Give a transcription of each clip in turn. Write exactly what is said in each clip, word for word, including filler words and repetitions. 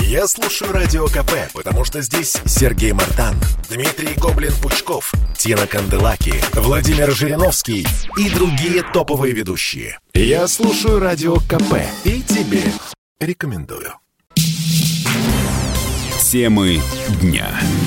Я слушаю Радио КП, потому что здесь Сергей Мартан, Дмитрий Гоблин-Пучков, Тина Канделаки, Владимир Жириновский и другие топовые ведущие. Я слушаю Радио КП и тебе рекомендую. Темы дня.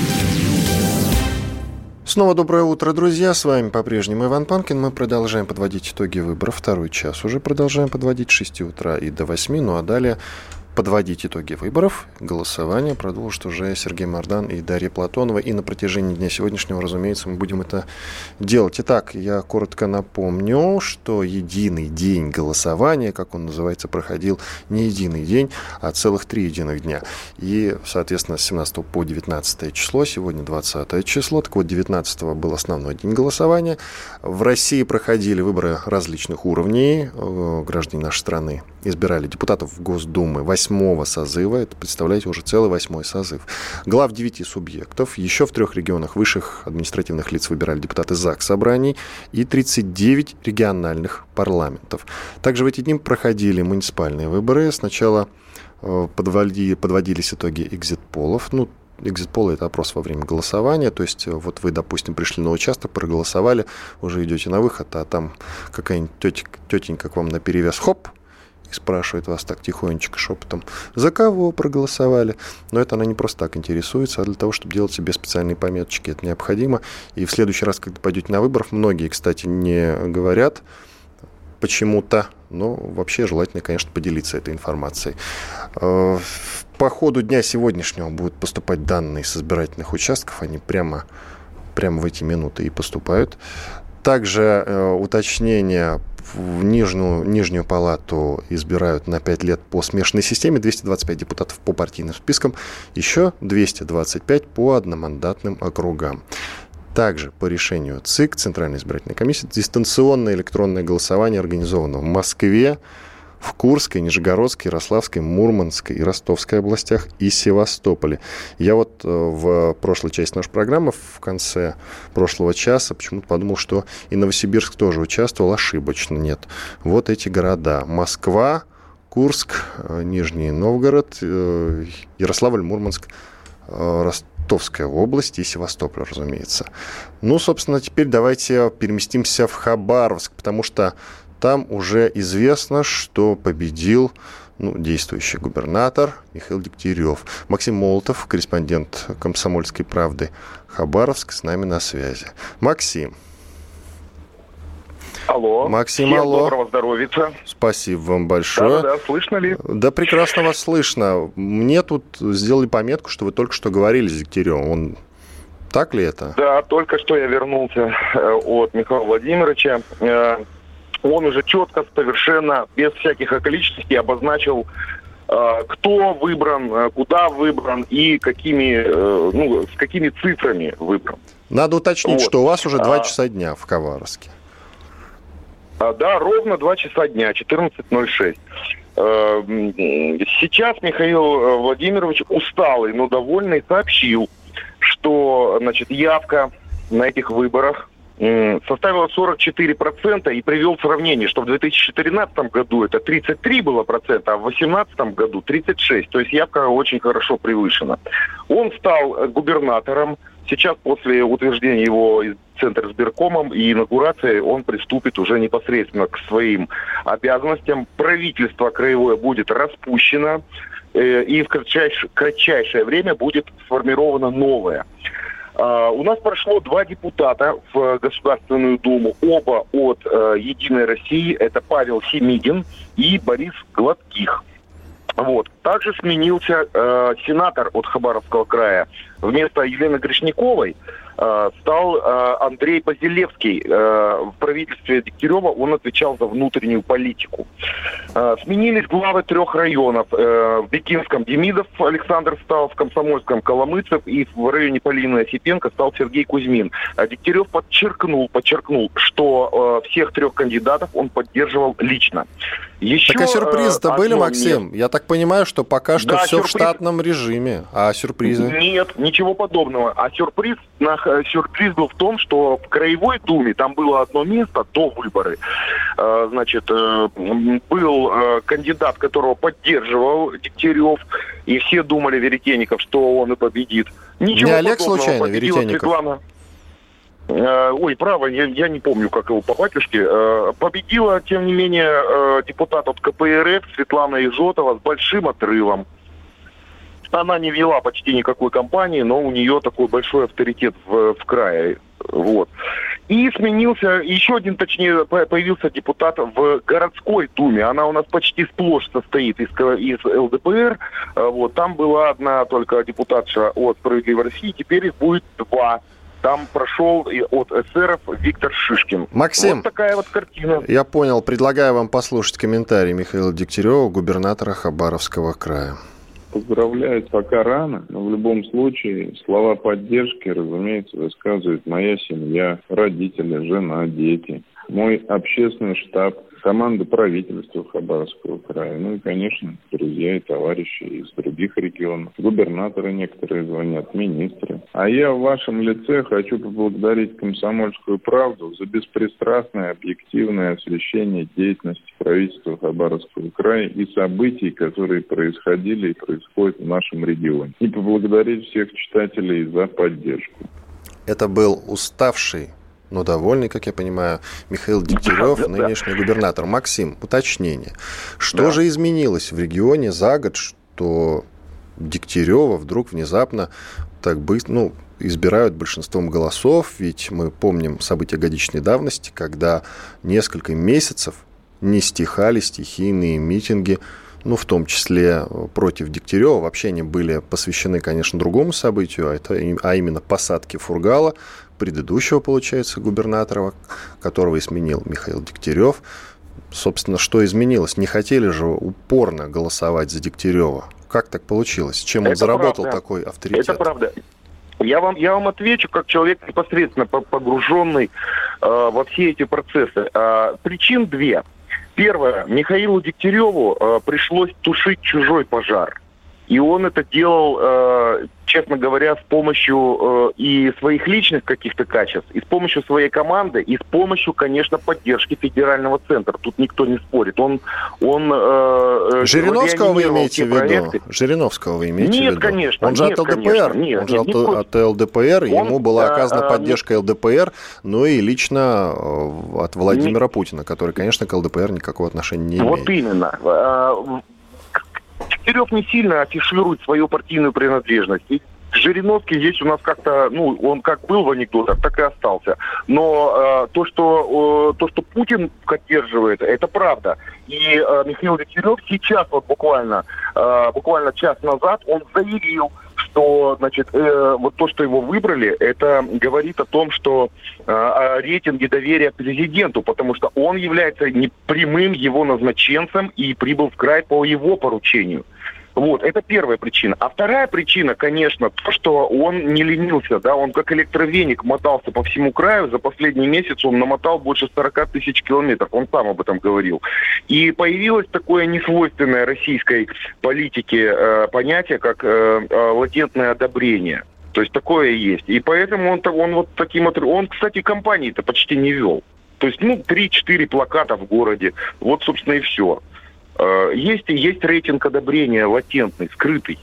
Снова доброе утро, друзья. С вами по-прежнему Иван Панкин. Мы продолжаем подводить итоги выборов. Второй час уже продолжаем подводить с шести утра и до восьми. Ну а далее подводить итоги выборов, голосование продолжат уже Сергей Мартан и Дарья Платонова. И на протяжении дня сегодняшнего, разумеется, мы будем это делать. Итак, я коротко напомню, что единый день голосования, как он называется, проходил не единый день, а целых три единых дня. И, соответственно, с семнадцатого по девятнадцатое число, сегодня двадцатое число, так вот, девятнадцатого был основной день голосования. В России проходили выборы различных уровней. Граждане нашей страны избирали депутатов в Госдумы восьмого созыва, это, представляете, уже целый восьмой созыв. Глав девяти субъектов, еще в трех регионах высших административных лиц выбирали депутаты Заксобраний и тридцать девять региональных парламентов. Также в эти дни проходили муниципальные выборы. Сначала подводили, подводились итоги экзит-полов, ну, экзит-полы – это опрос во время голосования, то есть вот вы, допустим, пришли на участок, проголосовали, уже идете на выход, а там какая-нибудь тетенька, тетенька к вам наперевес, хоп, и спрашивает вас так тихонечко, шепотом, за кого проголосовали. Но это она не просто так интересуется, а для того, чтобы делать себе специальные пометочки. Это необходимо. И в следующий раз, когда пойдете на выборы, многие, кстати, не говорят почему-то, но вообще желательно, конечно, поделиться этой информацией. По ходу дня сегодняшнего будут поступать данные с избирательных участков. Они прямо, прямо в эти минуты и поступают. Также э, уточнение: в нижнюю, нижнюю палату избирают на пять лет по смешанной системе, двести двадцать пять депутатов по партийным спискам, еще двести двадцать пять по одномандатным округам. Также по решению ЦИК, Центральной избирательной комиссии, дистанционное электронное голосование организовано в Москве, в Курской, Нижегородской, Ярославской, Мурманской и Ростовской областях и Севастополе. Я вот в прошлой части нашей программы, в конце прошлого часа, почему-то подумал, что и Новосибирск тоже участвовал. Ошибочно, нет. Вот эти города: Москва, Курск, Нижний Новгород, Ярославль, Мурманск, Ростовская область и Севастополь, разумеется. Ну, собственно, теперь давайте переместимся в Хабаровск, потому что там уже известно, что победил ну, действующий губернатор Михаил Дегтярев. Максим Молотов, корреспондент «Комсомольской правды» Хабаровск, с нами на связи. Максим. Алло. Максим, Всем алло. Доброго здоровья. Спасибо вам большое. Да, да, слышно ли? Да, прекрасно вас слышно. Мне тут сделали пометку, что вы только что говорили с Дегтяревым. Он... Так ли это? Да, только что я вернулся от Михаила Владимировича. Он уже четко, совершенно, без всяких околичностей обозначил, кто выбран, куда выбран и какими, ну, с какими цифрами выбран. Надо уточнить, вот. Что у вас уже два а, часа дня в Хабаровске. А, да, ровно два часа дня, четырнадцать ноль шесть. Сейчас Михаил Владимирович усталый, но довольный, сообщил, что, значит, явка на этих выборах составила сорок четыре процента и привел сравнение, что в две тысячи тринадцатом году это тридцать три было процента, а в две тысячи восемнадцатом году тридцать шесть. То есть явка очень хорошо превышена. Он стал губернатором. Сейчас, после утверждения его Центризбиркомом и инаугурации, он приступит уже непосредственно к своим обязанностям. Правительство краевое будет распущено, э, и в кратчайшее, кратчайшее время будет сформировано новое. Uh, у нас прошло два депутата в Государственную Думу, оба от uh, «Единой России». Это Павел Семигин и Борис Гладких. Вот. Также сменился uh, сенатор от Хабаровского края. Вместо Елены Грешняковой uh, стал uh, Андрей Базилевский. Uh, в правительстве Дегтярева он отвечал за внутреннюю политику. Uh, сменились главы трех районов. Uh, в Бикинском Демидов Александр стал, в Комсомольском Коломыцев и в районе Полины Осипенко стал Сергей Кузьмин. Uh, Дегтярев подчеркнул, подчеркнул, что uh, всех трех кандидатов он поддерживал лично. Еще, так а сюрпризы-то uh, были, Максим? Мест. Я так понимаю, что пока что да, все сюрприз... в штатном режиме. А сюрпризы? Нет, ничего подобного. А сюрприз на во-первых, сюрприз был в том, что в Краевой Думе, там было одно место до выборы, значит, был кандидат, которого поддерживал Дегтярев, и все думали, Веретенников, что он и победит. Ничего не Олег подобного. случайно, Победила Веретенников? Светлана. Ой, право, я, я не помню, как его по батюшке. Победила, тем не менее, депутат от ка пэ эр эф Светлана Изотова с большим отрывом. Она не вела почти никакой кампании, но у нее такой большой авторитет в, в крае. Вот. И сменился, еще один, точнее, появился депутат в городской думе. Она у нас почти сплошь состоит из, из эл дэ пэ эр. Вот. Там была одна только депутатша от «Справедливой России», теперь их будет два. Там прошел от эсеров Виктор Шишкин. Максим, вот такая вот картина. Я понял. Предлагаю вам послушать комментарий Михаила Дегтярева, губернатора Хабаровского края. Поздравляю, пока рано, но в любом случае слова поддержки, разумеется, высказывает моя семья, родители, жена, дети, мой общественный штаб, команда правительства Хабаровского края, ну и, конечно, друзья и товарищи из других регионов, губернаторы некоторые звонят, министры. А я в вашем лице хочу поблагодарить «Комсомольскую правду» за беспристрастное, объективное освещение деятельности правительства Хабаровского края и событий, которые происходили и происходят в нашем регионе. И поблагодарить всех читателей за поддержку. Это был уставший, но довольный, как я понимаю, Михаил Дегтярев, да, нынешний да. губернатор. Максим, уточнение. Что да. же изменилось в регионе за год, что Дегтярева вдруг внезапно так быстро, ну, избирают большинством голосов? Ведь мы помним события годичной давности, когда несколько месяцев не стихали стихийные митинги, ну, в том числе против Дегтярева. Вообще они были посвящены, конечно, другому событию, а, это, а именно посадке Фургала, предыдущего, получается, губернатора, которого и сменил Михаил Дегтярев. Собственно, что изменилось? Не хотели же упорно голосовать за Дегтярева. Как так получилось? Чем он это заработал правда. такой авторитет? Это правда. Я вам, я вам отвечу, как человек непосредственно погруженный э, во все эти процессы. Э, причин две. Первое. Михаилу Дегтяреву э, пришлось тушить чужой пожар. И он это делал, э, честно говоря, с помощью э, и своих личных каких-то качеств, и с помощью своей команды, и с помощью, конечно, поддержки федерального центра. Тут никто не спорит. Он, он э, Жириновского вы имеете в виду? Жириновского вы имеете нет, в виду? конечно. Он же нет, от эл дэ пэ эр. Конечно, нет, он же нет, от, нет, от эл дэ пэ эр. Он, ему была оказана а, поддержка нет. эл дэ пэ эр, но и лично от Владимира нет. Путина, который, конечно, к эл дэ пэ эр никакого отношения не имеет. Вот именно. Дегтярев не сильно афиширует свою партийную принадлежность. И Жириновский здесь у нас как-то, ну, он как был в анекдотах, так и остался. Но э, то, что, э, то, что Путин поддерживает, это правда. И э, Михаил Дегтярев сейчас, вот буквально, э, буквально час назад, он заявил, что, значит, э, вот то, что его выбрали, это говорит о том, что э, о рейтинге доверия к президенту, потому что он является непрямым его назначенцем и прибыл в край по его поручению. Вот, это первая причина. А вторая причина, конечно, то, что он не ленился, да, он как электровеник мотался по всему краю. За последний месяц он намотал больше сорок тысяч километров, он сам об этом говорил. И появилось такое несвойственное российской политике э, понятие, как э, э, латентное одобрение. То есть такое есть. И поэтому он, он вот таким... Он, кстати, кампании-то почти не вел. То есть, ну, три-четыре плаката в городе. Вот, собственно, и все. Есть, есть рейтинг одобрения латентный, скрытый.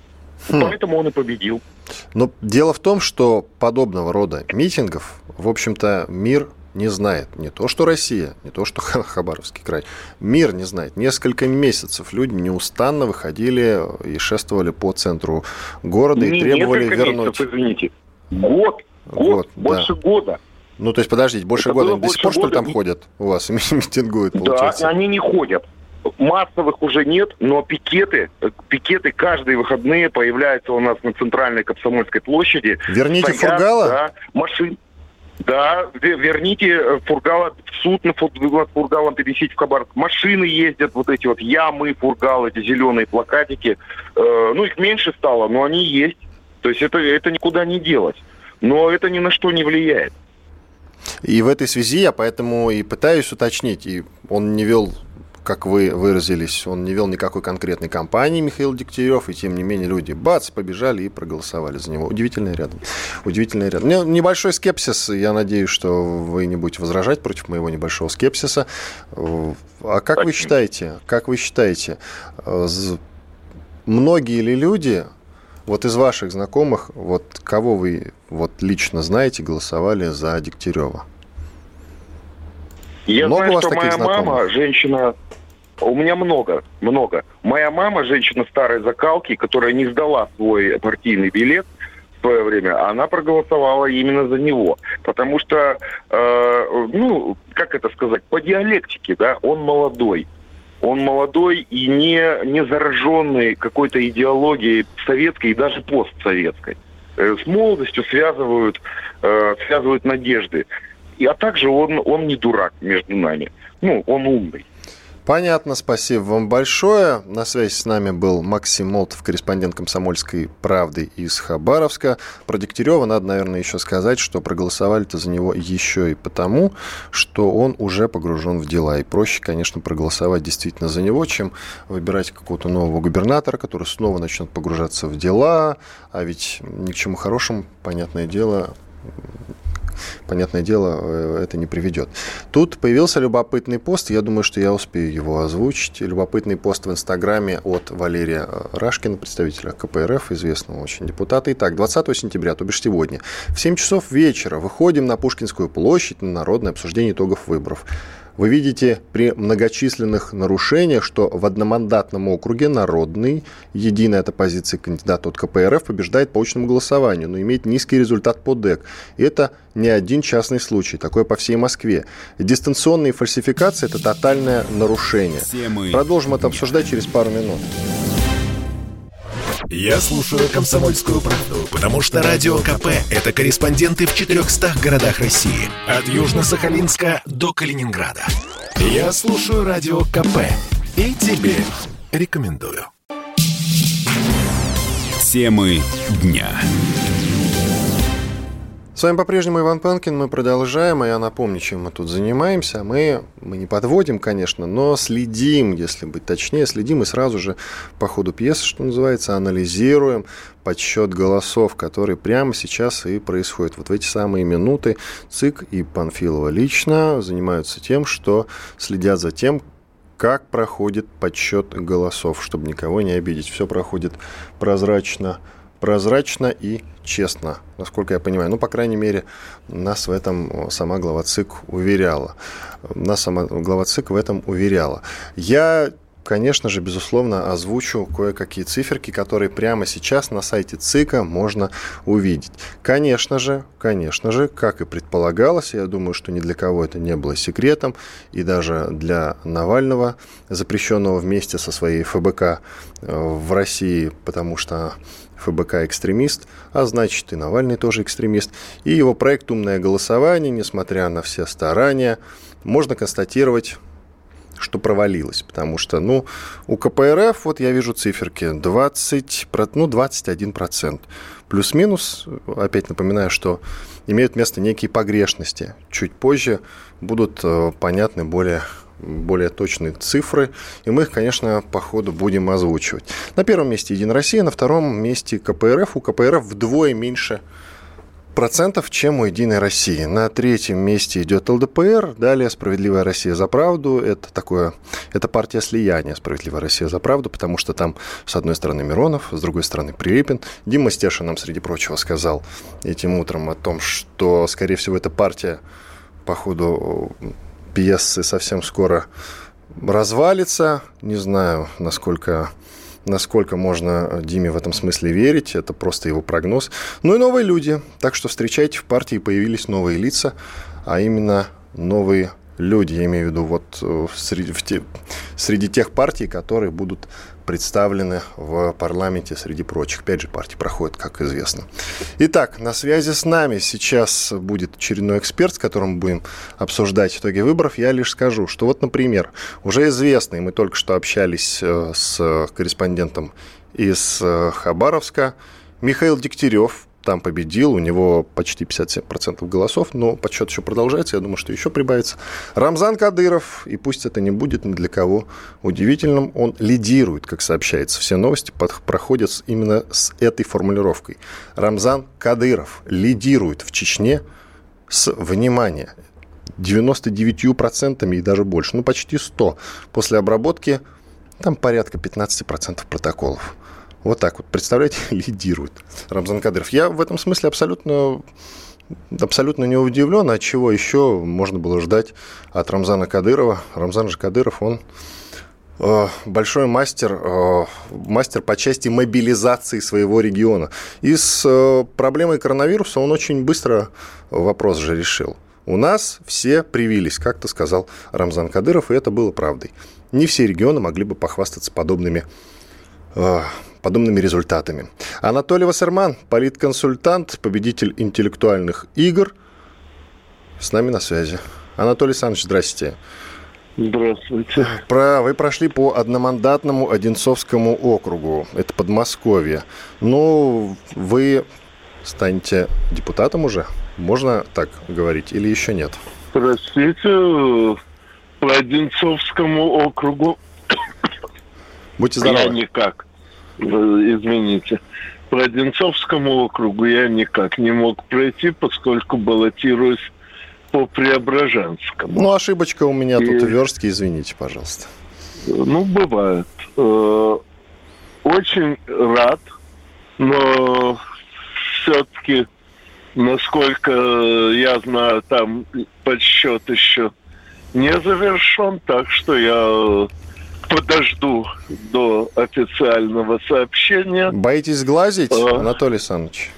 Хм. Поэтому он и победил. Но дело в том, что подобного рода митингов, в общем-то, мир не знает. Не то, что Россия, не то, что Хабаровский край. Мир не знает. Несколько месяцев люди неустанно выходили и шествовали по центру города и не, требовали вернуть... Месяцев, извините. Год. Год. год больше да. года. Ну, то есть, подождите, больше это года. До сих пор, что ли, там и... ходят у вас и митингуют, получается? Да, они не ходят. Массовых уже нет, но пикеты, пикеты каждые выходные появляются у нас на центральной Комсомольской площади. Верните стоят, Фургала? Да, машин. Да, верните Фургала в суд, над Фургалом пересечь в Хабаровск. Машины ездят, вот эти вот ямы, Фургалы, эти зеленые плакатики. Э, ну, их меньше стало, но они есть. То есть это, это никуда не делать. Но это ни на что не влияет. И в этой связи я поэтому и пытаюсь уточнить, и он не вел как вы выразились, он не вел никакой конкретной кампании, Михаил Дегтярев, и тем не менее люди, бац, побежали и проголосовали за него. Удивительный ряд. Удивительный ряд. Небольшой скепсис, я надеюсь, что вы не будете возражать против моего небольшого скепсиса. А как вы считаете, как вы считаете, многие ли люди, вот из ваших знакомых, вот кого вы вот лично знаете, голосовали за Дегтярева? Я много знаю, у вас что моя знакомых? мама, женщина... У меня много, много. Моя мама, женщина старой закалки, которая не сдала свой партийный билет в свое время, она проголосовала именно за него. Потому что, э, ну, как это сказать, по диалектике, да, он молодой. Он молодой и не, не зараженный какой-то идеологией советской и даже постсоветской. Э, с молодостью связывают, э, связывают надежды. И, а также он, он не дурак между нами. Ну, он умный. Понятно, спасибо вам большое. На связи с нами был Максим Молотов, корреспондент «Комсомольской правды» из Хабаровска. Про Дегтярева надо, наверное, еще сказать, что проголосовали-то за него еще и потому, что он уже погружен в дела. И проще, конечно, проголосовать действительно за него, чем выбирать какого-то нового губернатора, который снова начнет погружаться в дела. А ведь ни к чему хорошему, понятное дело... Понятное дело, это не приведет. Тут появился любопытный пост, я думаю, что я успею его озвучить. Любопытный пост в Инстаграме от Валерия Рашкина, представителя ка пэ эр эф, известного очень депутата. Итак, двадцатого сентября, то бишь сегодня, в семь часов вечера выходим на Пушкинскую площадь на народное обсуждение итогов выборов. Вы видите при многочисленных нарушениях, что в одномандатном округе Народный, единая от оппозиции кандидат от ка пэ эр эф побеждает по очному голосованию, но имеет низкий результат по ДЭК. И это не один частный случай, такое по всей Москве. Дистанционные фальсификации – это тотальное нарушение. Продолжим это обсуждать через пару минут. Я слушаю «Комсомольскую правду», потому что Радио КП – это корреспонденты в четырехстах городах России. От Южно-Сахалинска до Калининграда. Я слушаю Радио КП и тебе рекомендую. Темы дня. С вами по-прежнему Иван Панкин, мы продолжаем, и я напомню, чем мы тут занимаемся. Мы, мы не подводим, конечно, но следим, если быть точнее, следим и сразу же по ходу пьесы, что называется, анализируем подсчет голосов, который прямо сейчас и происходит. Вот в эти самые минуты ЦИК и Панфилова лично занимаются тем, что следят за тем, как проходит подсчет голосов, чтобы никого не обидеть. Все проходит прозрачно, прозрачно и честно, насколько я понимаю. Ну, по крайней мере, нас в этом сама глава ЦИК уверяла. Нас сама глава ЦИК в этом уверяла. Я, конечно же, безусловно, озвучу кое-какие циферки, которые прямо сейчас на сайте ЦИКа можно увидеть. Конечно же, конечно же, как и предполагалось, я думаю, что ни для кого это не было секретом, и даже для Навального, запрещенного вместе со своей эф бэ ка в России, потому что эф бэ ка экстремист, а значит и Навальный тоже экстремист. И его проект «Умное голосование», несмотря на все старания, можно констатировать, что провалилось. Потому что, ну, у ка пэ эр эф, вот я вижу циферки, двадцать, ну, двадцать один процент. Плюс-минус, опять напоминаю, что имеют место некие погрешности. Чуть позже будут э, понятны более... более точные цифры, и мы их, конечно, по ходу будем озвучивать. На первом месте «Единая Россия», на втором месте ка пэ эр эф. У ка пэ эр эф вдвое меньше процентов, чем у «Единой России». На третьем месте идет эл дэ пэ эр, далее «Справедливая Россия за правду». Это такое, это партия слияния «Справедливая Россия за правду», потому что там с одной стороны Миронов, с другой стороны Прилепин. Дима Стешин нам, среди прочего, сказал этим утром о том, что, скорее всего, эта партия по ходу пьесы совсем скоро развалится. Не знаю, насколько, насколько можно Диме в этом смысле верить. Это просто его прогноз. Ну и новые люди. Так что встречайте, в партии появились новые лица, а именно новые люди. Я имею в виду вот среди, в те, среди тех партий, которые будут представлены в парламенте среди прочих. Пять же партий проходят, как известно. Итак, на связи с нами сейчас будет очередной эксперт, с которым мы будем обсуждать итоги выборов. Я лишь скажу, что вот, например, уже известный, мы только что общались с корреспондентом из Хабаровска, Михаил Дегтярев там победил, у него почти пятьдесят семь процентов голосов, но подсчет еще продолжается, я думаю, что еще прибавится. Рамзан Кадыров, и пусть это не будет ни для кого удивительным, он лидирует, как сообщается. Все новости под, проходят именно с этой формулировкой. Рамзан Кадыров лидирует в Чечне с, внимание, девяносто девять процентов и даже больше, ну почти сто. После обработки там порядка пятнадцать процентов протоколов. Вот так вот, представляете, лидирует Рамзан Кадыров. Я в этом смысле абсолютно, абсолютно не удивлен, а чего еще можно было ждать от Рамзана Кадырова. Рамзан же Кадыров, он э, большой мастер, э, мастер по части мобилизации своего региона. И с э, проблемой коронавируса он очень быстро вопрос же решил. У нас все привились, как-то сказал Рамзан Кадыров, и это было правдой. Не все регионы могли бы похвастаться подобными э, подобными результатами. Анатолий Вассерман, политконсультант, победитель интеллектуальных игр, с нами на связи. Анатолий Александрович, здрасте. Здравствуйте. Про, вы прошли по одномандатному Одинцовскому округу, это Подмосковье. Ну, вы станете депутатом уже? Можно так говорить или еще нет? Простите, по Одинцовскому округу Будьте здоровы. Я никак. Извините. По Одинцовскому округу я никак не мог пройти, поскольку баллотируюсь по Преображенскому. Ну, ошибочка у меня И... тут в верстке, извините, пожалуйста. Ну, бывает. Очень рад, но все-таки, насколько я знаю, там подсчет еще не завершен, так что я подожду до официального сообщения. Боитесь сглазить, а... Анатолий Александрович?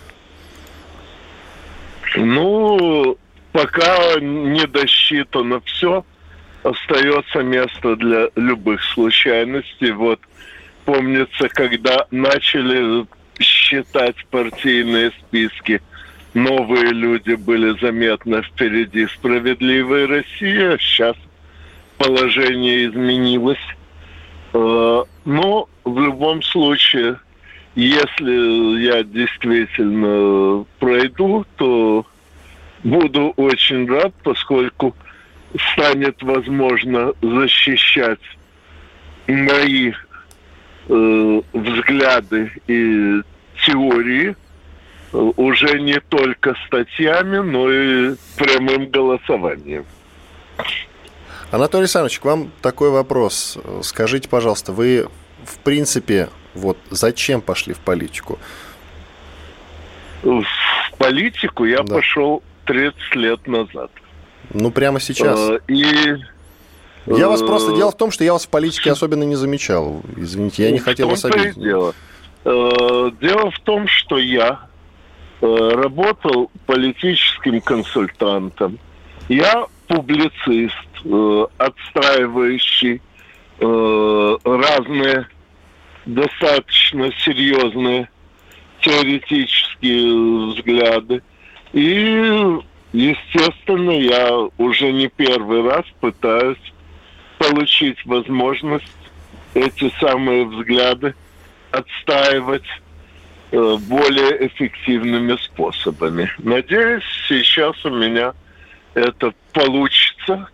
Ну, пока не досчитано все, остается место для любых случайностей. Вот, помнится, когда начали считать партийные списки, новые люди были заметно впереди «Справедливой России». Сейчас положение изменилось. Но в любом случае, если я действительно пройду, то буду очень рад, поскольку станет возможно защищать мои э, взгляды и теории уже не только статьями, но и прямым голосованием. Анатолий Александрович, к вам такой вопрос. Скажите, пожалуйста, вы, в принципе, вот зачем пошли в политику? В политику я да. пошел тридцать лет назад. Ну, прямо сейчас? А, и... Я вас просто... Дело в том, что я вас в политике особенно не замечал. Извините, я не хотел вас обидеть. Дело. Дело в том, что я работал политическим консультантом. Я публицист, отстаивающий разные достаточно серьезные теоретические взгляды. И, естественно, я уже не первый раз пытаюсь получить возможность эти самые взгляды отстаивать более эффективными способами. Надеюсь, сейчас у меня это получится.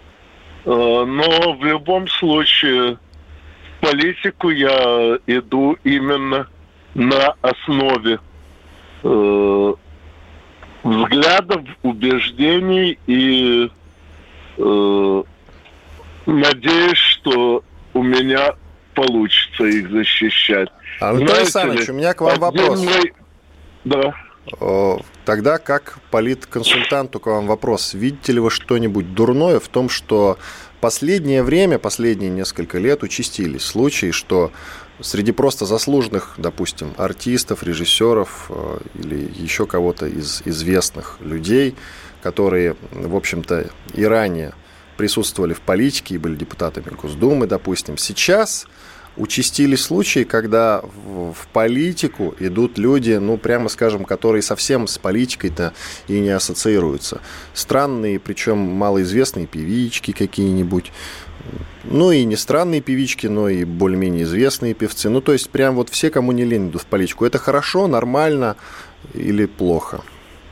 Но в любом случае в политику я иду именно на основе э, взглядов, убеждений и э, надеюсь, что у меня получится их защищать. Анатолий Александрович, у меня к вам вопрос. Мой... Да. Тогда как политконсультанту к вам вопрос. Видите ли вы что-нибудь дурное в том, что последнее время, последние несколько лет участились случаи, что среди просто заслуженных, допустим, артистов, режиссеров или еще кого-то из известных людей, которые, в общем-то, и ранее присутствовали в политике и были депутатами Госдумы, допустим, сейчас участились случаи, когда в, в политику идут люди, ну, прямо скажем, которые совсем с политикой-то и не ассоциируются. Странные, причем малоизвестные певички какие-нибудь. Ну, и не странные певички, но и более-менее известные певцы. Ну, то есть, прям вот все, кому не лень, идут в политику. Это хорошо, нормально. или плохо?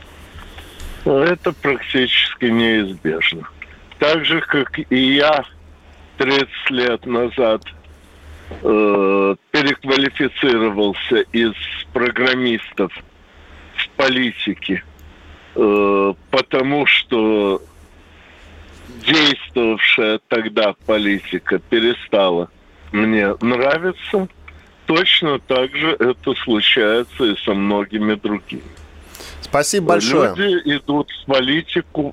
Это практически неизбежно. Так же, как и я тридцать лет назад э, переквалифицировался из программистов в политики, э, потому что действовавшая тогда политика перестала мне нравиться, точно так же это случается и со многими другими. Спасибо большое. Люди идут в политику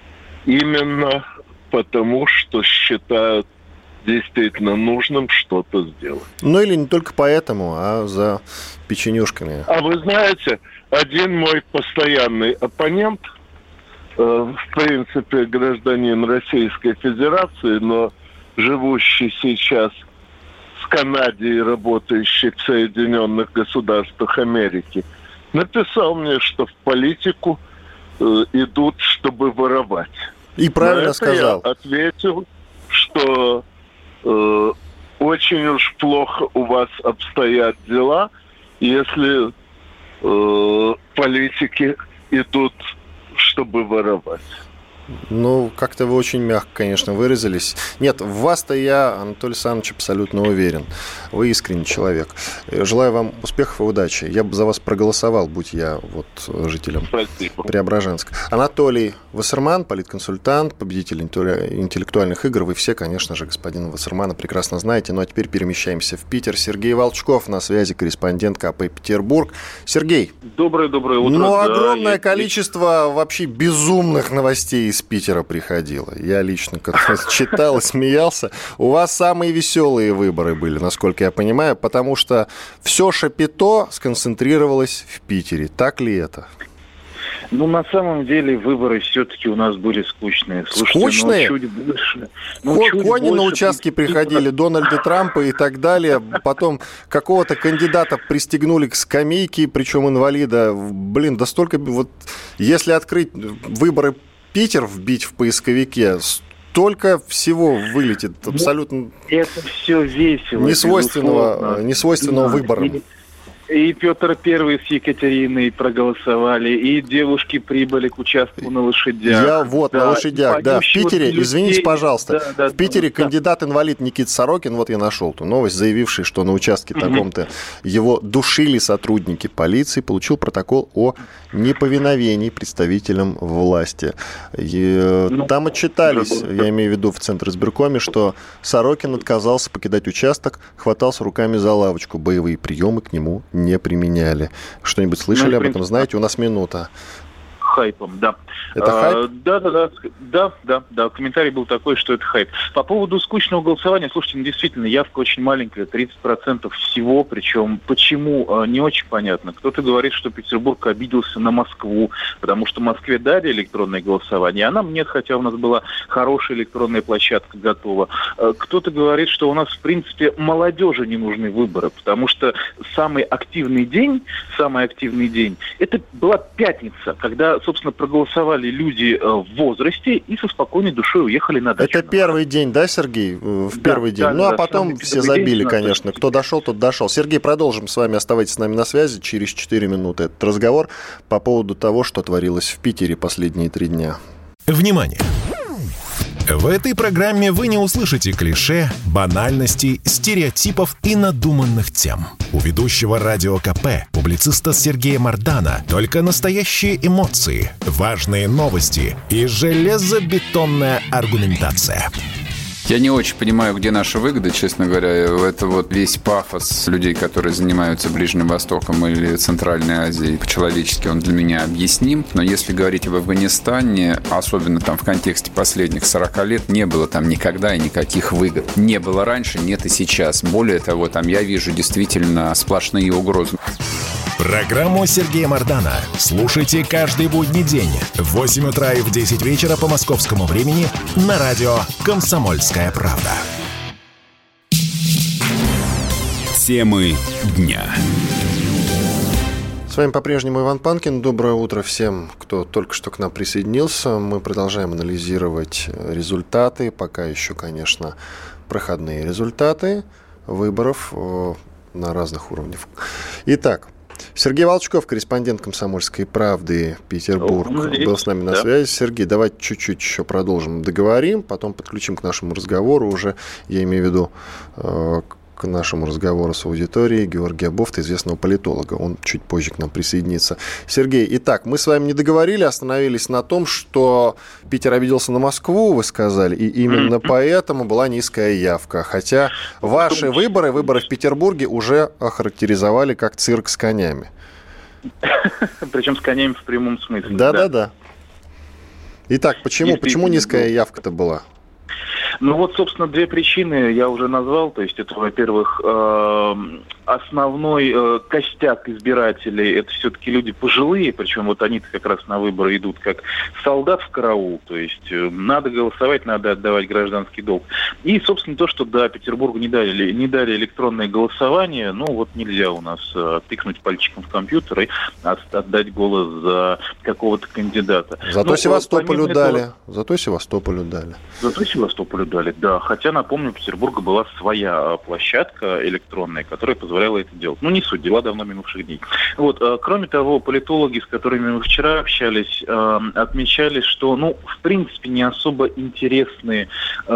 именно потому, что считают действительно нужным что-то сделать. Ну или не только поэтому, а за печенюшками. А вы знаете, один мой постоянный оппонент, э, в принципе, гражданин Российской Федерации, но живущий сейчас в Канаде и работающий в Соединенных Государствах Америки, написал мне, что в политику э, идут, чтобы воровать. И правильно На сказал. это я ответил, что э, очень уж плохо у вас обстоят дела, если э, политики идут, чтобы воровать. Ну, как-то вы очень мягко, конечно, выразились. Нет, в вас-то я, Анатолий Александрович, абсолютно уверен. Вы искренний человек. Желаю вам успехов и удачи. Я бы за вас проголосовал, будь я вот жителем Спасибо. Преображенска. Анатолий Вассерман, политконсультант, победитель интеллектуальных игр. Вы все, конечно же, господина Вассермана прекрасно знаете. Ну, а теперь перемещаемся в Питер. Сергей Волчков на связи, корреспондент ка пэ «Петербург». Сергей. Доброе-доброе утро. Ну, да, огромное я... количество вообще безумных новостей из Питера приходило. Я лично как-то читал и смеялся. У вас самые веселые выборы были, насколько я понимаю, потому что все шапито сконцентрировалось в Питере. Так ли это? Ну, на самом деле, выборы все-таки у нас были скучные. Слушайте, Скучные? Ну, чуть больше. Ну, Ко- чуть Кони на больше участке Питера. приходили, Дональда Трампа и так далее. Потом какого-то кандидата пристегнули к скамейке, причем инвалида. Блин, да столько... Вот если открыть выборы Питер, вбить в поисковике, столько всего вылетит. Абсолютно Это все весело. несвойственного, несвойственного Да, выбора. И, и Петр Первый с Екатериной проголосовали, и девушки прибыли к участку на лошадях. Я вот, да, на лошадях, да. В Питере, людей. извините, пожалуйста, Да, да, в Питере да. кандидат-инвалид Никита Сорокин, вот я нашел ту новость, заявивший, что на участке таком-то его душили сотрудники полиции, получил протокол о неповиновении представителям власти. И, Ну, там отчитались, да, я имею в виду в Центре избиркоме, что Сорокин отказался покидать участок, хватался руками за лавочку, боевые приемы к нему не применяли. Что-нибудь слышали Ну, об этом? принципе, Знаете, у нас минута. Хайпом, да. Это а, хайп? Да, да, да, да, да, да. Комментарий был такой, что это хайп. По поводу скучного голосования, слушайте, ну действительно, явка очень маленькая, тридцать процентов всего, причем почему, не очень понятно. Кто-то говорит, что Петербург обиделся на Москву, потому что в Москве дали электронное голосование, а нам нет, хотя у нас была хорошая электронная площадка готова. Кто-то говорит, что у нас, в принципе, молодежи не нужны выборы, потому что самый активный день, самый активный день, это была пятница, когда, собственно, проголосовали люди в возрасте и со спокойной душой уехали на дачу. Это первый день, да, Сергей? В Да, первый день. да, ну, а да, потом самый все первый день, забили, да, конечно. точно. Кто дошел, тот дошел. Сергей, продолжим с вами. Оставайтесь с нами на связи. Через четыре минуты этот разговор по поводу того, что творилось в Питере последние три дня. Внимание! В этой программе вы не услышите клише, банальностей, стереотипов и надуманных тем. У ведущего радио ка пэ, публициста Сергея Мардана, только настоящие эмоции, важные новости и железобетонная аргументация. Я не очень понимаю, где наша выгода, честно говоря. Это вот весь пафос людей, которые занимаются Ближним Востоком или Центральной Азией. По-человечески он для меня объясним. Но если говорить об Афганистане, особенно там в контексте последних сорока лет, не было там никогда и никаких выгод. Не было раньше, нет и сейчас. Более того, там я вижу действительно сплошные угрозы. Программу Сергея Мардана слушайте каждый будний день в восемь утра и в десять вечера по московскому времени на радио «Комсомольская правда». Темы дня. С вами по-прежнему Иван Панкин. Доброе утро всем, кто только что к нам присоединился. Мы продолжаем анализировать результаты. Пока еще, конечно, проходные результаты выборов на разных уровнях. Итак, Сергей Волчков, корреспондент «Комсомольской правды», Петербург, ну, был с нами на да. связи. Сергей, давайте чуть-чуть еще продолжим, договорим, потом подключим к нашему разговору уже, я имею в виду, к нашему разговору с аудиторией Георгия Бофта, известного политолога. Он чуть позже к нам присоединится. Сергей, итак, мы с вами не договорили, остановились на том, что Питер обиделся на Москву, вы сказали, и именно поэтому была низкая явка. Хотя ваши выборы, выборы в Петербурге уже охарактеризовали как цирк с конями. Причем с конями в прямом смысле. Да-да-да. Итак, почему, почему низкая явка-то была? Ну вот, собственно, две причины я уже назвал. То есть это, во-первых, основной костяк избирателей – это все-таки люди пожилые, причем вот они-то как раз на выборы идут как солдат в караул. То есть надо голосовать, надо отдавать гражданский долг. И, собственно, то, что, да, Петербургу не дали, не дали электронное голосование, ну вот нельзя у нас тыкнуть пальчиком в компьютер и отдать голос за какого-то кандидата. Зато ну, Севастополю дали. Этого... Зато Севастополю дали. Зато Севастополю дали, да. Хотя, напомню, у Петербурга была своя площадка электронная, которая позволяла это делать. Ну, не суть, дела давно минувших дней. Вот. Кроме того, политологи, с которыми мы вчера общались, отмечали, что, ну, в принципе, не особо интересные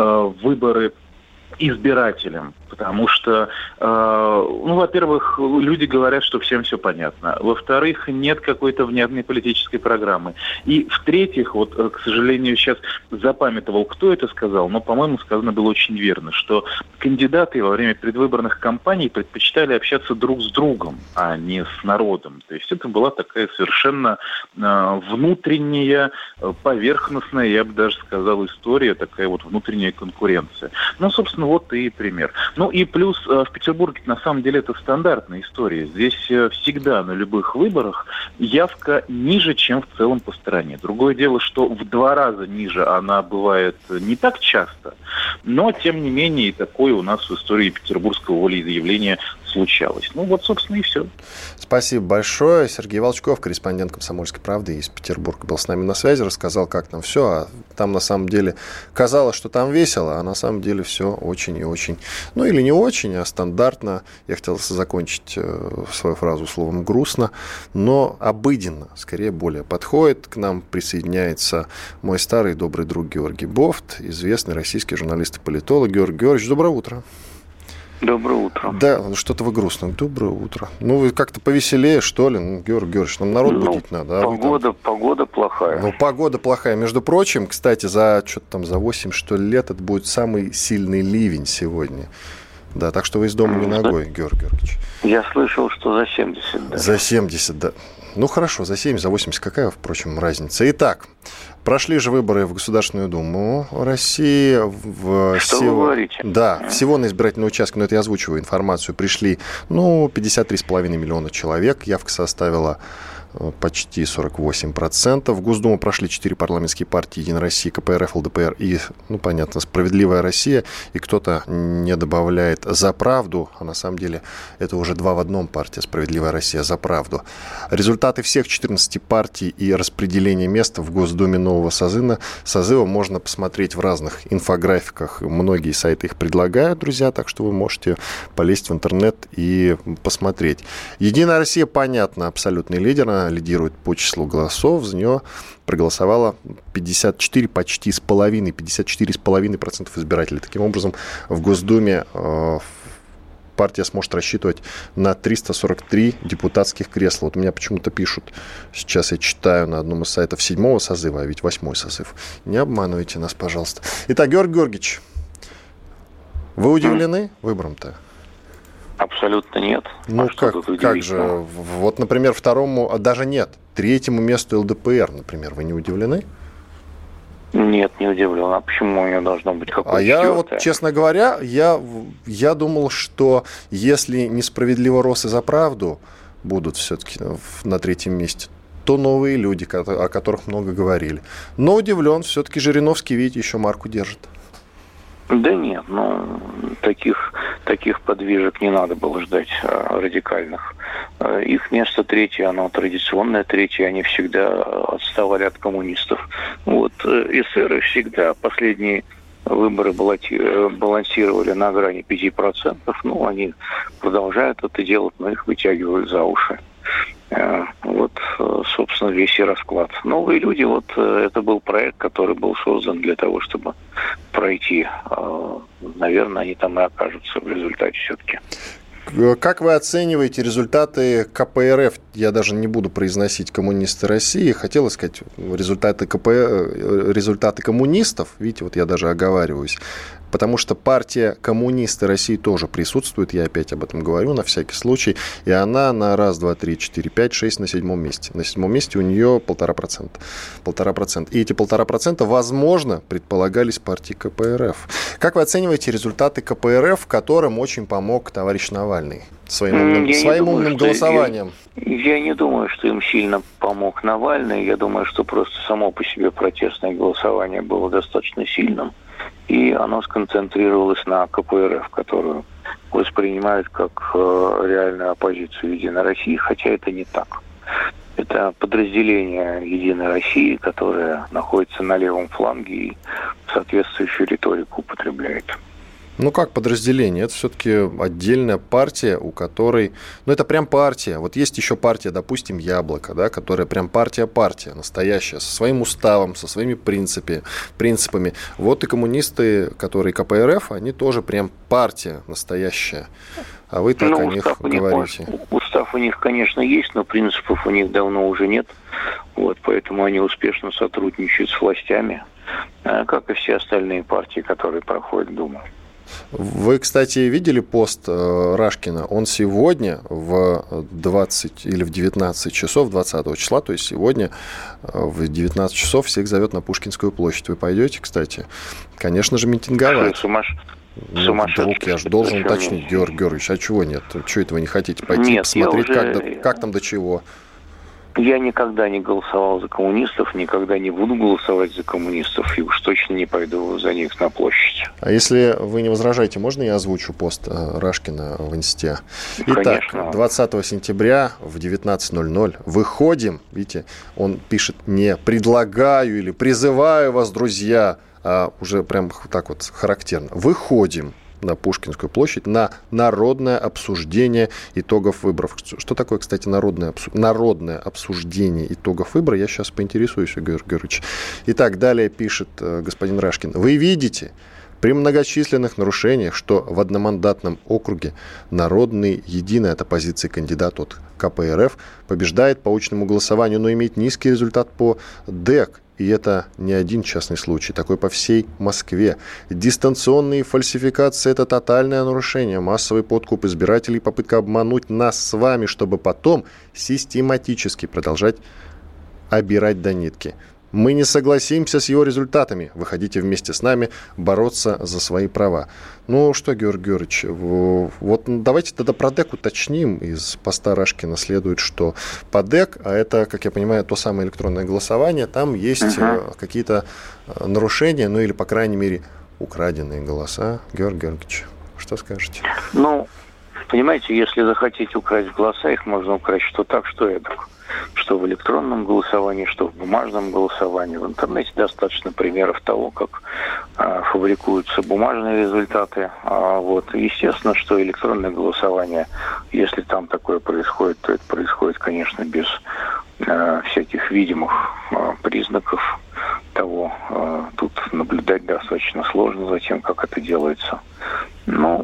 выборы избирателям, потому что, э, ну, во-первых, люди говорят, что всем все понятно. Во-вторых, нет какой-то внятной политической программы. И в-третьих, вот, к сожалению, сейчас запамятовал, кто это сказал, но, по-моему, сказано было очень верно, что кандидаты во время предвыборных кампаний предпочитали общаться друг с другом, а не с народом. То есть это была такая совершенно э, внутренняя, поверхностная, я бы даже сказал, история, такая вот внутренняя конкуренция. Ну, собственно, вот и пример. Ну и плюс в Петербурге на самом деле это стандартная история. Здесь всегда на любых выборах явка ниже, чем в целом по стране. Другое дело, что в два раза ниже она бывает не так часто, но тем не менее и такое у нас в истории петербургского волеизъявления случалось. Ну вот, собственно, и все. Спасибо большое. Сергей Волчков, корреспондент «Комсомольской правды» из Петербурга, был с нами на связи, рассказал, как там все. А там на самом деле казалось, что там весело, а на самом деле все очень и очень, ну или не очень, а стандартно. Я хотел закончить свою фразу словом «грустно», но обыденно, скорее более подходит. К нам присоединяется мой старый добрый друг Георгий Бофт, известный российский журналист и политолог. Георгий Георгиевич, доброе утро. Доброе утро. Да, что-то вы грустно. Доброе утро. Ну, вы как-то повеселее, что ли? Ну, Георгий Георгиевич, нам народ ну, будить надо. А погода, там... погода плохая. Ну, погода плохая. Между прочим, кстати, за что-то там за восемь, что ли, лет это будет самый сильный ливень сегодня. Да, так что вы из дома не ногой, Георгий Георгиевич. Я слышал, что за семьдесят, да. За семьдесят, да. Ну, хорошо, за семьдесят, за восемьдесят какая, впрочем, разница. Итак, прошли же выборы в Государственную Думу России. В что всего... вы говорите? Да, всего на избирательный участок, но это я озвучиваю информацию, пришли, ну, пятьдесят три с половиной миллиона человек. Явка составила почти сорок восемь процентов. В Госдуму прошли четыре парламентские партии: Единая Россия, ка пэ эр эф, эл дэ пэ эр и, ну, понятно, Справедливая Россия. И кто-то не добавляет «За правду», а на самом деле это уже два в одном партия «Справедливая Россия», «За правду». Результаты всех четырнадцати партий и распределение мест в Госдуме нового созыва, созыва можно посмотреть в разных инфографиках. Многие сайты их предлагают, друзья, так что вы можете полезть в интернет и посмотреть. Единая Россия, понятно, абсолютный лидер, лидирует по числу голосов. За нее проголосовало пятьдесят четыре почти с половиной, пятьдесят четыре с половиной процентов избирателей. Таким образом, в Госдуме э, партия сможет рассчитывать на триста сорок три депутатских кресла. Вот у меня почему-то пишут, сейчас я читаю на одном из сайтов седьмого созыва, а ведь восьмой созыв. Не обманывайте нас, пожалуйста. Итак, Георгий Георгиевич, вы удивлены выбором-то? Абсолютно нет. Ну, а как, как же? Вот, например, второму, а даже нет, третьему месту эл дэ пэ эр, например, вы не удивлены? Нет, не удивлен. А почему у нее должно быть какое-то? А я вот, честно говоря, я, я думал, что если несправедливо рос и за правду будут все-таки на третьем месте, то новые люди, о которых много говорили. Но удивлен, все-таки Жириновский, видите, еще марку держит. Да нет, ну, таких, таких подвижек не надо было ждать, а, радикальных. А, их место третье, оно традиционное третье, они всегда отставали от коммунистов. Вот, эсеры всегда последние выборы балансировали на грани пяти процентов, ну, они продолжают это делать, но их вытягивают за уши. Вот, собственно, весь и расклад. Новые люди, вот это был проект, который был создан для того, чтобы пройти. Наверное, они там и окажутся в результате все-таки. Как вы оцениваете результаты ка пэ эр эф? Я даже не буду произносить коммунисты России. Хотела сказать результаты ка пэ эр, результаты коммунистов. Видите, вот я даже оговариваюсь. Потому что партия коммунисты России тоже присутствует. Я опять об этом говорю на всякий случай. И она на раз, два, три, четыре, пять, шесть на седьмом месте. На седьмом месте у нее полтора процента. Полтора процента. И эти полтора процента, возможно, предполагались партии ка пэ эр эф. Как вы оцениваете результаты ка пэ эр эф, которым очень помог товарищ Навальный своим умным, я своим думаю, умным голосованием? Я, я не думаю, что им сильно помог Навальный. Я думаю, что просто само по себе протестное голосование было достаточно сильным. И оно сконцентрировалось на ка пэ эр эф, которую воспринимают как э, реальную оппозицию Единой России, хотя это не так. Это подразделение Единой России, которое находится на левом фланге и соответствующую риторику употребляет. Ну, как подразделение? Это все-таки отдельная партия, у которой... Ну, это прям партия. Вот есть еще партия, допустим, «Яблоко», да, которая прям партия-партия, настоящая, со своим уставом, со своими принципе, принципами. Вот и коммунисты, которые ка пэ эр эф, они тоже прям партия настоящая. А вы так ну, о них говорите. Них, устав у них, конечно, есть, но принципов у них давно уже нет. Вот, поэтому они успешно сотрудничают с властями, как и все остальные партии, которые проходят Думу. Вы, кстати, видели пост Рашкина? Он сегодня в двадцать или в девятнадцать часов, двадцатого числа, то есть сегодня в девятнадцать часов всех зовет на Пушкинскую площадь. Вы пойдете, кстати? Конечно же, митинговать. Сумаш... Ну, вдруг я же должен уточнить, Георгий Георгиевич, а чего нет? Чего это вы не хотите пойти нет, посмотреть, уже... как, до, как там до чего? Я никогда не голосовал за коммунистов, никогда не буду голосовать за коммунистов, и уж точно не пойду за них на площадь. А если вы не возражаете, можно я озвучу пост Рашкина в Инсте? Итак, конечно. двадцатого сентября в девятнадцать ноль ноль выходим, видите, он пишет не «предлагаю» или «призываю вас, друзья», а уже прям так вот характерно. Выходим на Пушкинскую площадь на народное обсуждение итогов выборов. Что такое, кстати, народное, обсу... народное обсуждение итогов выборов? Я сейчас поинтересуюсь, Георгий Георгиевич. Итак, далее пишет э, господин Рашкин. Вы видите, при многочисленных нарушениях, что в одномандатном округе Народный единый от оппозиции кандидат от ка пэ эр эф побеждает по очному голосованию, но имеет низкий результат по ДЭК. И это не один частный случай, такой по всей Москве. Дистанционные фальсификации – это тотальное нарушение, массовый подкуп избирателей, попытка обмануть нас с вами, чтобы потом систематически продолжать обирать до нитки. Мы не согласимся с его результатами. Выходите вместе с нами бороться за свои права. Ну что, Георгий Георгиевич, вот давайте тогда про ДЭК уточним. Из поста Рашкина следует, что по ДЭК, а это, как я понимаю, то самое электронное голосование, там есть uh-huh. какие-то нарушения, ну или, по крайней мере, украденные голоса. Георгий Георгиевич, что скажете? Ну, понимаете, если захотите украсть голоса, их можно украсть что так, что эдак. Что в электронном голосовании, что в бумажном голосовании. В интернете достаточно примеров того, как а, фабрикуются бумажные результаты. А, вот. Естественно, что электронное голосование, если там такое происходит, то это происходит, конечно, без а, всяких видимых а, признаков того. А, тут наблюдать достаточно сложно за тем, как это делается. Ну,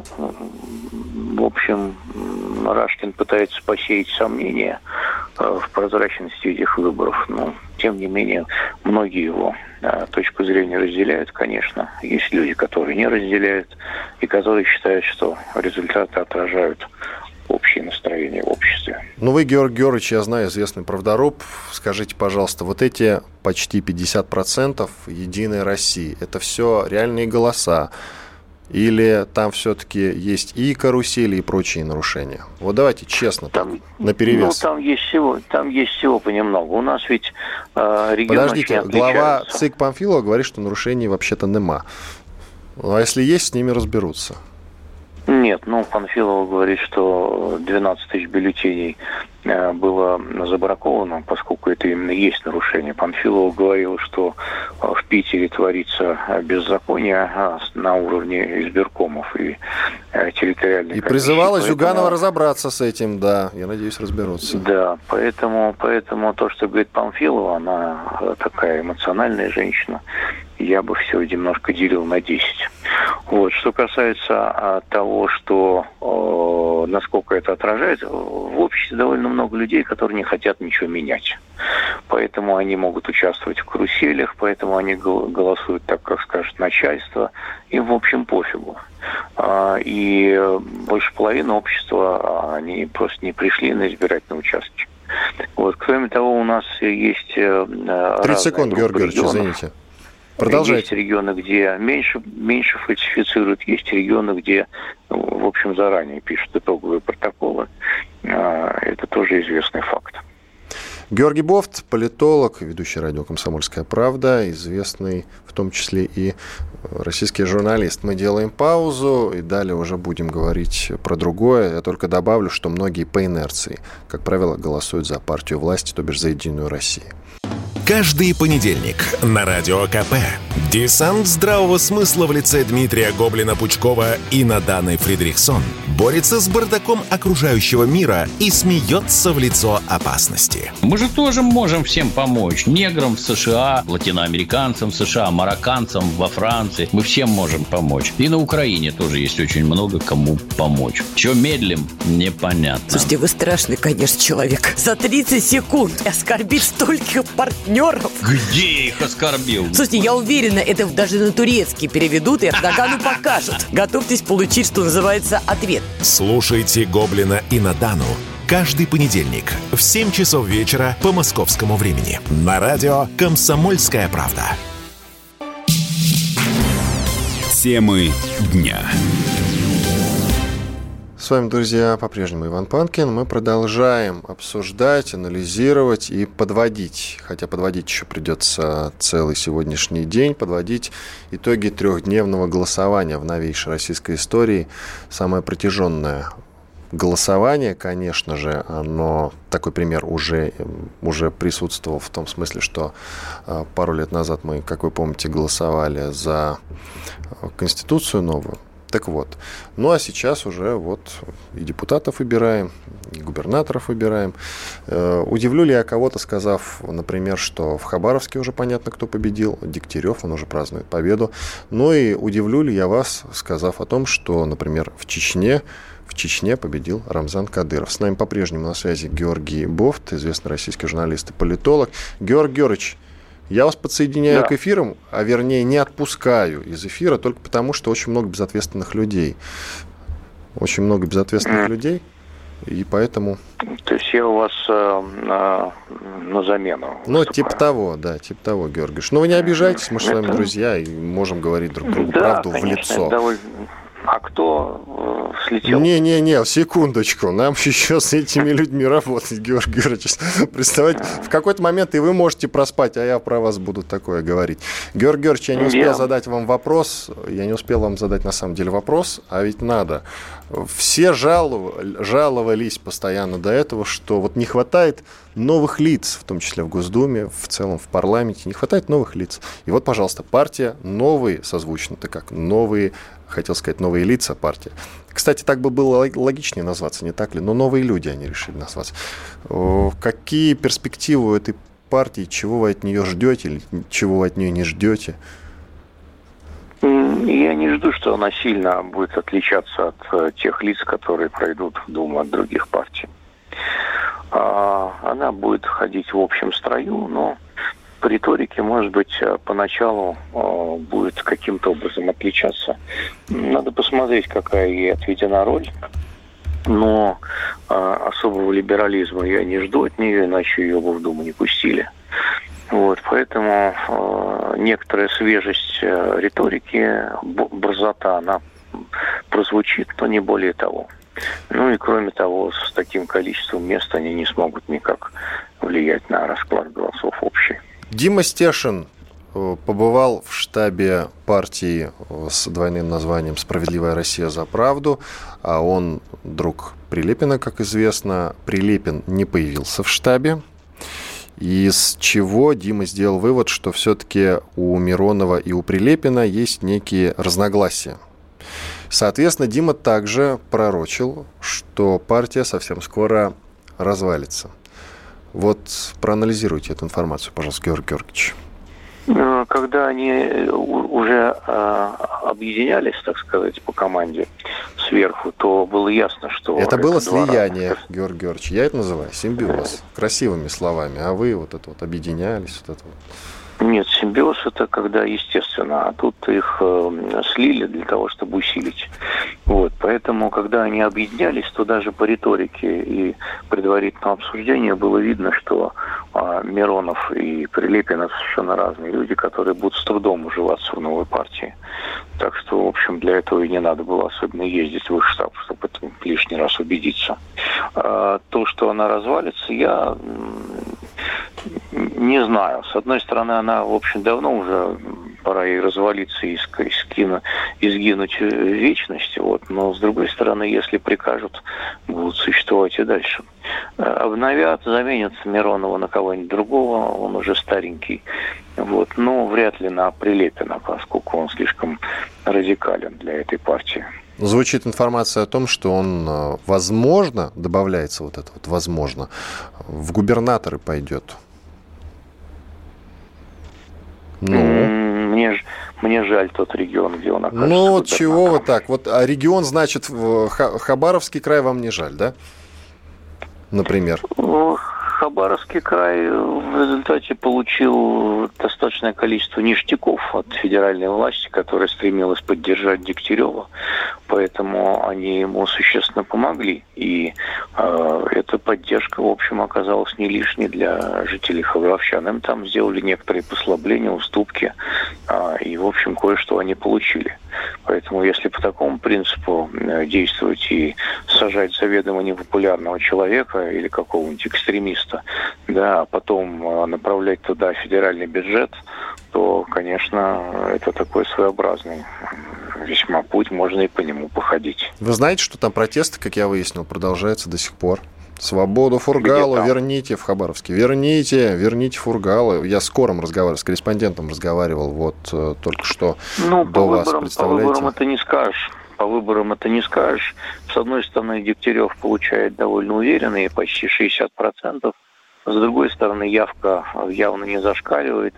в общем, Рашкин пытается посеять сомнения в прозрачности этих выборов. Но, тем не менее, многие его а, точку зрения разделяют, конечно. Есть люди, которые не разделяют и которые считают, что результаты отражают общее настроение в обществе. Ну, вы, Георгий Георгиевич, я знаю, известный правдоруб. Скажите, пожалуйста, вот эти почти пятьдесят процентов Единой России, это все реальные голоса? Или там все-таки есть и карусели, и прочие нарушения? Вот давайте честно, там, наперевес. Ну, там есть всего, там есть всего понемногу. У нас ведь э, регион Подождите, глава ЦИК Памфилова говорит, что нарушений вообще-то нема. Ну, а если есть, с ними разберутся. Нет, ну, Панфилова говорит, что двенадцать тысяч бюллетеней было забраковано, поскольку это именно есть нарушение. Панфилова говорила, что в Питере творится беззаконие на уровне избиркомов и территориальных. И призывала Зюганова разобраться с этим, да, я надеюсь, разберутся. Да, поэтому, поэтому то, что говорит Панфилова, она такая эмоциональная женщина, я бы все немножко делил на десять. Вот. Что касается того, что э, насколько это отражает, в обществе довольно много людей, которые не хотят ничего менять. Поэтому они могут участвовать в каруселях, поэтому они голосуют так, как скажет начальство. Им, в общем, пофигу. И больше половины общества, они просто не пришли на избирательные участки. Вот. Кроме того, у нас есть... тридцать секунд, Георгий Георгиевич, извините. Продолжайте. Есть регионы, где меньше, меньше фальсифицируют, есть регионы, где, в общем, заранее пишут итоговые протоколы. Это тоже известный факт. Георгий Бофт, политолог, ведущий радио «Комсомольская правда», известный в том числе и российский журналист. Мы делаем паузу и далее уже будем говорить про другое. Я только добавлю, что многие по инерции, как правило, голосуют за партию власти, то бишь за «Единую Россию». Каждый понедельник на Радио КП десант здравого смысла в лице Дмитрия Гоблина-Пучкова и Наданы Фридрихсон борется с бардаком окружающего мира и смеется в лицо опасности. Мы же тоже можем всем помочь. Неграм в США, латиноамериканцам в США, марокканцам во Франции. Мы всем можем помочь. И на Украине тоже есть очень много кому помочь. Чего медлим, непонятно. Слушайте, вы страшный, конечно, человек. За тридцать секунд оскорбить стольких партнеров. Где я их оскорбил? Слушайте, я уверена, это даже на турецкий переведут и Эрдогану покажут. Готовьтесь получить, что называется, ответ. Слушайте Гоблина и Надану каждый понедельник в семь часов вечера по московскому времени на радио «Комсомольская правда». Темы дня. С вами, друзья, по-прежнему Иван Панкин. Мы продолжаем обсуждать, анализировать и подводить, хотя подводить еще придется целый сегодняшний день, подводить итоги трехдневного голосования в новейшей российской истории. Самое протяженное голосование, конечно же, оно, такой пример уже, уже присутствовал в том смысле, что пару лет назад мы, как вы помните, голосовали за Конституцию новую. Так вот, ну а сейчас уже вот и депутатов выбираем, и губернаторов выбираем. Э, удивлю ли я кого-то, сказав, например, что в Хабаровске уже понятно, кто победил, Дегтярев, он уже празднует победу. Ну и удивлю ли я вас, сказав о том, что, например, в Чечне, в Чечне победил Рамзан Кадыров. С нами по-прежнему на связи Георгий Бофт, известный российский журналист и политолог. Георгий Георгиевич, я вас подсоединяю да. к эфирам, а вернее не отпускаю из эфира только потому, что очень много безответственных людей. Очень много безответственных mm. людей, и поэтому... То есть я у вас э, на, на замену Ну, выступаю. типа того, да, типа того, Георгиевич. Но вы не обижайтесь, мы же Это... с вами друзья, и можем говорить друг другу да, правду конечно, в лицо. Это довольно... А кто э, слетел? Не-не-не, секундочку. Нам еще с этими людьми работать, Георгий Георгиевич. Представляете, в какой-то момент и вы можете проспать, а я про вас буду такое говорить. Георгий Георгиевич, я не успел yeah. задать вам вопрос. Я не успел вам задать, на самом деле, вопрос. А ведь надо. Все жаловали, жаловались постоянно до этого, что вот не хватает новых лиц, в том числе в Госдуме, в целом в парламенте. Не хватает новых лиц. И вот, пожалуйста, партия «Новые» созвучно-то как «Новые», хотел сказать, «Новые лица» партия. Кстати, так бы было логичнее назваться, не так ли? Но «Новые люди» они решили назваться. Какие перспективы у этой партии? Чего вы от нее ждете или чего вы от нее не ждете? Я не жду, что она сильно будет отличаться от тех лиц, которые пройдут в Думу от других партий. Она будет ходить в общем строю, но по риторике, может быть, поначалу будет каким-то образом отличаться. Надо посмотреть, какая ей отведена роль. Но особого либерализма я не жду от нее, иначе ее бы в Думу не пустили. Вот, поэтому э, некоторая свежесть э, риторики, борзота, она прозвучит, но не более того. Ну и кроме того, с таким количеством мест они не смогут никак влиять на расклад голосов общий. Дима Стешин побывал в штабе партии с двойным названием «Справедливая Россия за правду», а он друг Прилепина, как известно. Прилепин не появился в штабе. Из чего Дима сделал вывод, что все-таки у Миронова и у Прилепина есть некие разногласия. Соответственно, Дима также пророчил, что партия совсем скоро развалится. Вот проанализируйте эту информацию, пожалуйста, Георгий Георгиевич. Когда они уже э, объединялись, так сказать, по команде сверху, то было ясно, что... Это, это было слияние, разных... Георгий Георгиевич. Я это называю симбиоз. Красивыми словами. А вы вот это вот объединялись. Вот это вот. Нет, симбиоз – это когда естественно, а тут их э, слили для того, чтобы усилить. Вот, поэтому, когда они объединялись, то даже по риторике и предварительному обсуждению было видно, что э, Миронов и Прилепин – это совершенно разные люди, которые будут с трудом уживаться в новой партии. Так что, в общем, для этого и не надо было особенно ездить в их штаб, чтобы это лишний раз убедиться. А то, что она развалится, я... Не знаю. С одной стороны, она, в общем, давно уже пора ей развалиться и скину, и сгинуть в вечности. Вот. Но, с другой стороны, если прикажут, будут существовать и дальше. Обновят, заменят Миронова на кого-нибудь другого, он уже старенький. Вот. Но вряд ли на Прилепина, поскольку он слишком радикален для этой партии. Звучит информация о том, что он, возможно, добавляется вот это вот, возможно, в губернаторы пойдет. Ну, мне, мне жаль тот регион, где он окажется. Ну, вот чего вы так? Вот, а регион, значит, Хабаровский край вам не жаль, да? Например. Хабаровский край в результате получил достаточное количество ништяков от федеральной власти, которая стремилась поддержать Дегтярева, поэтому они ему существенно помогли. И э, эта поддержка, в общем, оказалась не лишней для жителей Хабаровчан. Им там сделали некоторые послабления, уступки, э, и, в общем, кое-что они получили. Поэтому, если по такому принципу действовать и сажать заведомо непопулярного человека или какого-нибудь экстремиста, да, а потом направлять туда федеральный бюджет, то, конечно, это такой своеобразный весьма путь, можно и по нему походить. Вы знаете, что там протесты, как я выяснил, продолжаются до сих пор? Свободу Фургалу верните в Хабаровске. Верните, верните Фургалу. Я с Кором разговаривал, с корреспондентом разговаривал вот только что ну, до по вас, выборам, представляете? По выборам это не скажешь. По выборам это не скажешь. С одной стороны, Дегтярев получает довольно уверенные, почти шестьдесят процентов. С другой стороны, явка явно не зашкаливает.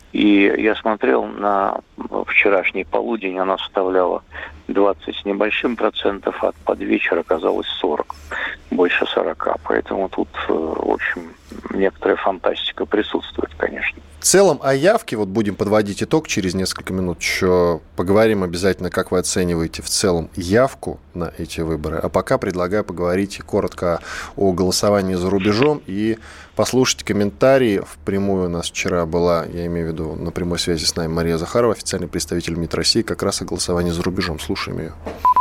И я смотрел на вчерашний полудень, она составляла двадцать с небольшим процентов, а под вечер оказалось сорок, больше сорока. Поэтому тут, в общем, некоторая фантастика присутствует, конечно. В целом о явке, вот будем подводить итог через несколько минут, еще поговорим обязательно, как вы оцениваете в целом явку на эти выборы. А пока предлагаю поговорить коротко о голосовании за рубежом и послушать комментарии. Впрямую у нас вчера была, я имею в виду, на прямой связи с нами Мария Захарова, официальный представитель МИД России, как раз о голосовании за рубежом. Слушаем ее.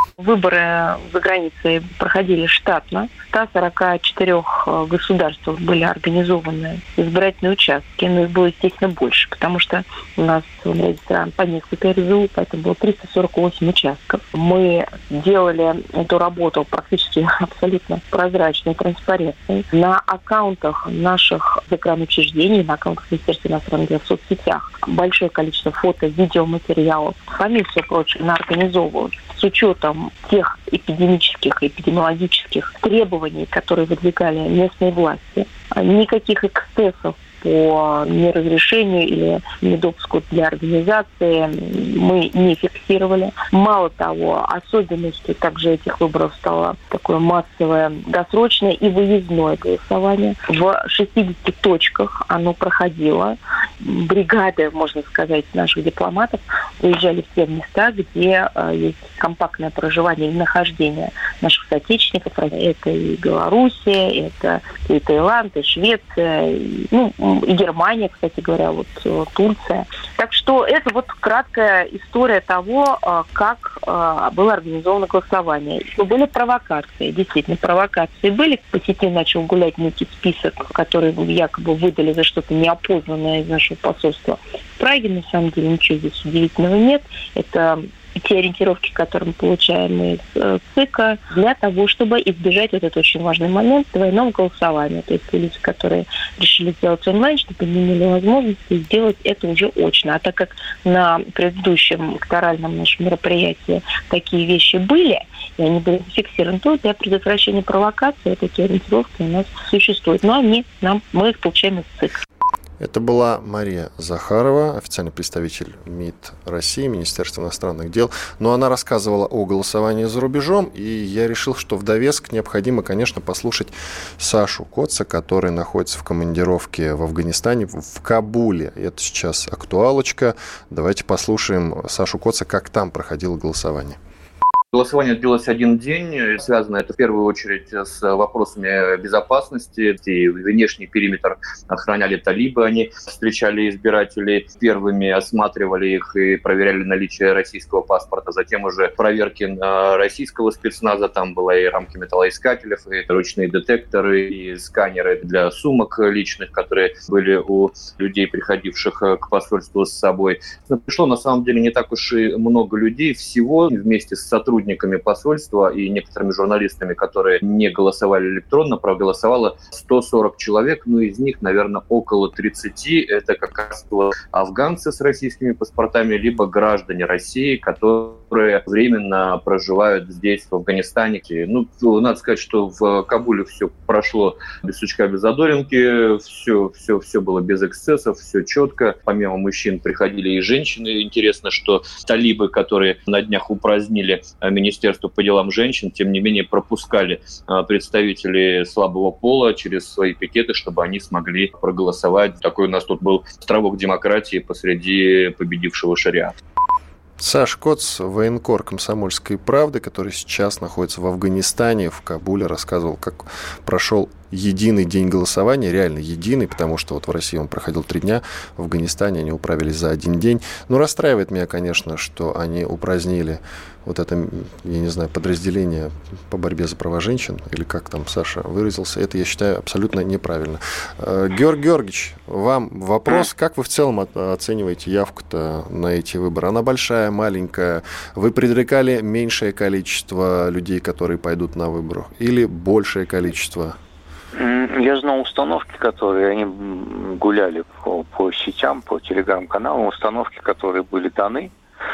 Выборы за границей проходили штатно. В ста сорока четырёх государствах были организованы избирательные участки, но их было, естественно, больше, потому что у нас в ряде стран по несколько эр зэ у, поэтому было триста сорок восемь участков. Мы делали эту работу практически абсолютно прозрачной, транспарентной. На аккаунтах наших загранучреждений, на аккаунтах Министерства иностранных дел в соцсетях большое количество фото, видеоматериалов. Помимо всего прочего, она организовывалась с учетом тех эпидемических и эпидемиологических требований, которые выдвигали местные власти. Никаких эксцессов по неразрешению или недопуску для организации мы не фиксировали. Мало того, особенностью также этих выборов стало такое массовое досрочное и выездное голосование. В шестидесяти точках оно проходило. Бригады, можно сказать, наших дипломатов уезжали в те места, где э, есть компактное проживание и нахождение наших соотечественников. Это и Белоруссия, это и Таиланд, и Швеция, и, ну, и Германия, кстати говоря, вот Турция. Так что это вот краткая история того, как было организовано голосование. Были провокации, действительно провокации были. По сети начал гулять некий список, который якобы выдали за что-то неопознанное из нашего посольства в Праге. На самом деле ничего здесь удивительного нет. Это те ориентировки, которые мы получаем из э, ЦИКа, для того, чтобы избежать вот этот очень важный момент двойного голосования. То есть люди, которые решили сделать онлайн, чтобы не имели возможности сделать это уже очно. А так как на предыдущем электоральном нашем мероприятии такие вещи были, и они были зафиксированы, то для предотвращения провокации такие ориентировки у нас существуют. Но они нам, мы их получаем из ЦИК. Это была Мария Захарова, официальный представитель МИД России, Министерства иностранных дел. Но она рассказывала о голосовании за рубежом, и я решил, что в довеск необходимо, конечно, послушать Сашу Коца, который находится в командировке в Афганистане, в Кабуле. Это сейчас актуалочка. Давайте послушаем Сашу Коца, как там проходило голосование. Голосование длилось один день. Связано это в первую очередь с вопросами безопасности. И внешний периметр охраняли талибы. Они встречали избирателей первыми, осматривали их и проверяли наличие российского паспорта. Затем уже проверки российского спецназа. Там было и рамки металлоискателей, и ручные детекторы, и сканеры для сумок личных, которые были у людей, приходивших к посольству с собой. Но пришло на самом деле не так уж и много людей. Всего вместе с сотрудниками посольства и некоторыми журналистами, которые не голосовали электронно, проголосовало сто сорок человек, ну из них, наверное, около тридцати это как раз афганцы с российскими паспортами, либо граждане России, которые временно проживают здесь, в Афганистане. Ну, надо сказать, что в Кабуле все прошло без сучка, без задоринки, все, все, все было без эксцессов, все четко. Помимо мужчин приходили и женщины. Интересно, что талибы, которые на днях упразднили Министерство по делам женщин, тем не менее пропускали представителей слабого пола через свои пикеты, чтобы они смогли проголосовать. Такой у нас тут был островок демократии посреди победившего шариата. Саш Коц, военкор «Комсомольской правды», который сейчас находится в Афганистане, в Кабуле, рассказывал, как прошел единый день голосования, реально единый, потому что вот в России он проходил три дня, в Афганистане они управились за один день. Но расстраивает меня, конечно, что они упразднили вот это, я не знаю, подразделение по борьбе за права женщин, или как там Саша выразился, это, я считаю, абсолютно неправильно. Георгий Георгиевич, вам вопрос, как вы в целом оцениваете явку-то на эти выборы? Она большая, маленькая? Вы предрекали меньшее количество людей, которые пойдут на выборы, или большее количество? Я знал установки, которые они гуляли по, по сетям, по телеграм-каналам, установки, которые были даны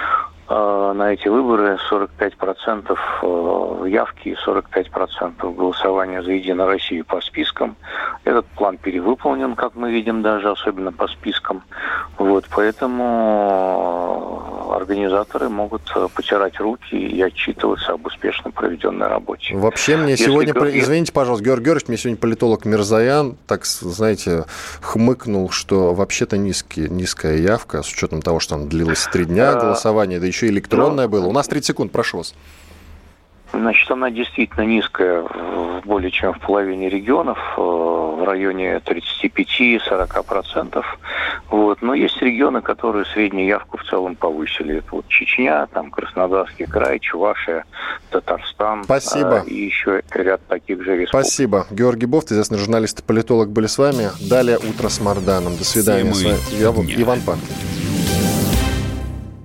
э, на эти выборы, сорок пять процентов э, явки и сорок пять процентов голосования за «Единую Россию» по спискам. Этот план перевыполнен, как мы видим, даже особенно по спискам. Вот, поэтому организаторы могут потирать руки и отчитываться об успешно проведенной работе. Вообще мне Если сегодня, говорить... извините, пожалуйста, Георгий Георгиевич, мне сегодня политолог Мирзоян, так, знаете, хмыкнул, что вообще-то низкий, низкая явка, с учетом того, что там длилось три дня голосование, да еще и электронное Но... было. У нас тридцать секунд, прошу вас. Значит, она действительно низкая более чем в половине регионов, в районе тридцать пять - сорок процентов. Вот. Но есть регионы, которые среднюю явку в целом повысили. Это вот Чечня, там Краснодарский край, Чувашия, Татарстан. Спасибо. И еще ряд таких же республик. Спасибо. Георгий Бофт, известный журналист и политолог, были с вами. Далее «Утро с Марданом». До свидания. С вами Иван Панкин.